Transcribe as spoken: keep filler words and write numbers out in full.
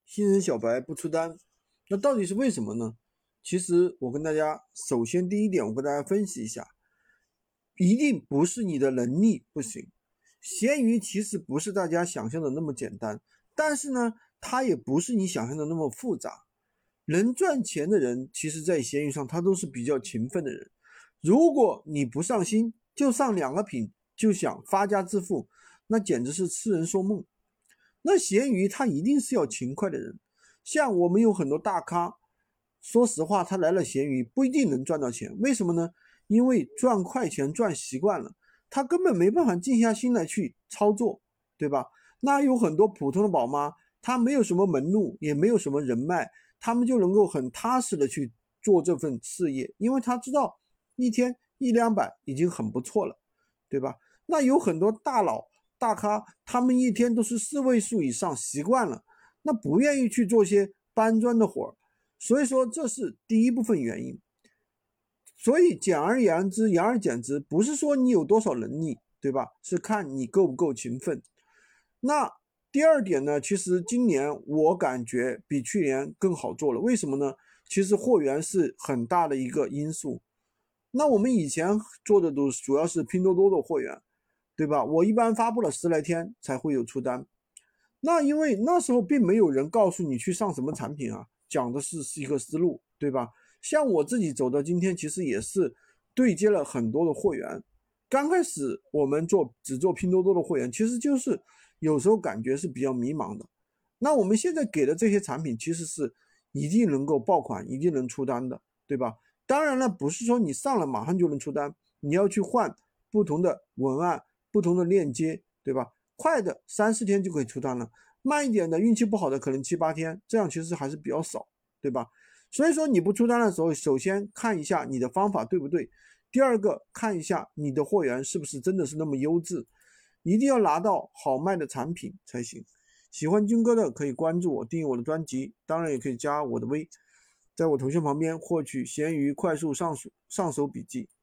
新人小白不出单，那到底是为什么呢？其实我跟大家，首先第一点，我跟大家分析一下，一定不是你的能力不行。闲鱼其实不是大家想象的那么简单，但是呢，它也不是你想象的那么复杂。能赚钱的人，其实在闲鱼上他都是比较勤奋的人。如果你不上心，就上两个品就想发家致富，那简直是痴人说梦。那闲鱼他一定是要勤快的人，像我们有很多大咖，说实话，他来了闲鱼不一定能赚到钱，为什么呢？因为赚快钱赚习惯了，他根本没办法静下心来去操作，对吧？那有很多普通的宝妈，他没有什么门路，也没有什么人脉，他们就能够很踏实的去做这份事业，因为他知道一天一两百已经很不错了，对吧？那有很多大佬大咖，他们一天都是四位数以上，习惯了，那不愿意去做些搬砖的活儿，所以说这是第一部分原因。所以简而言之，言而简之，不是说你有多少能力，对吧？是看你够不够勤奋。那第二点呢，其实今年我感觉比去年更好做了，为什么呢？其实货源是很大的一个因素。那我们以前做的都主要是拼多多的货源，对吧？我一般发布了十来天才会有出单。那因为那时候并没有人告诉你去上什么产品啊，讲的是是一个思路，对吧？像我自己走到今天，其实也是对接了很多的货源。刚开始我们做只做拼多多的货源，其实就是有时候感觉是比较迷茫的。那我们现在给的这些产品，其实是一定能够爆款，一定能出单的，对吧？当然了，不是说你上了马上就能出单，你要去换不同的文案、不同的链接，对吧？快的三四天就可以出单了，慢一点的运气不好的可能七八天，这样其实还是比较少，对吧？所以说你不出单的时候，首先看一下你的方法对不对，第二个看一下你的货源是不是真的是那么优质，一定要拿到好卖的产品才行。喜欢军哥的可以关注我，订阅我的专辑，当然也可以加我的微，在我头像旁边获取闲鱼快速上手上手笔记。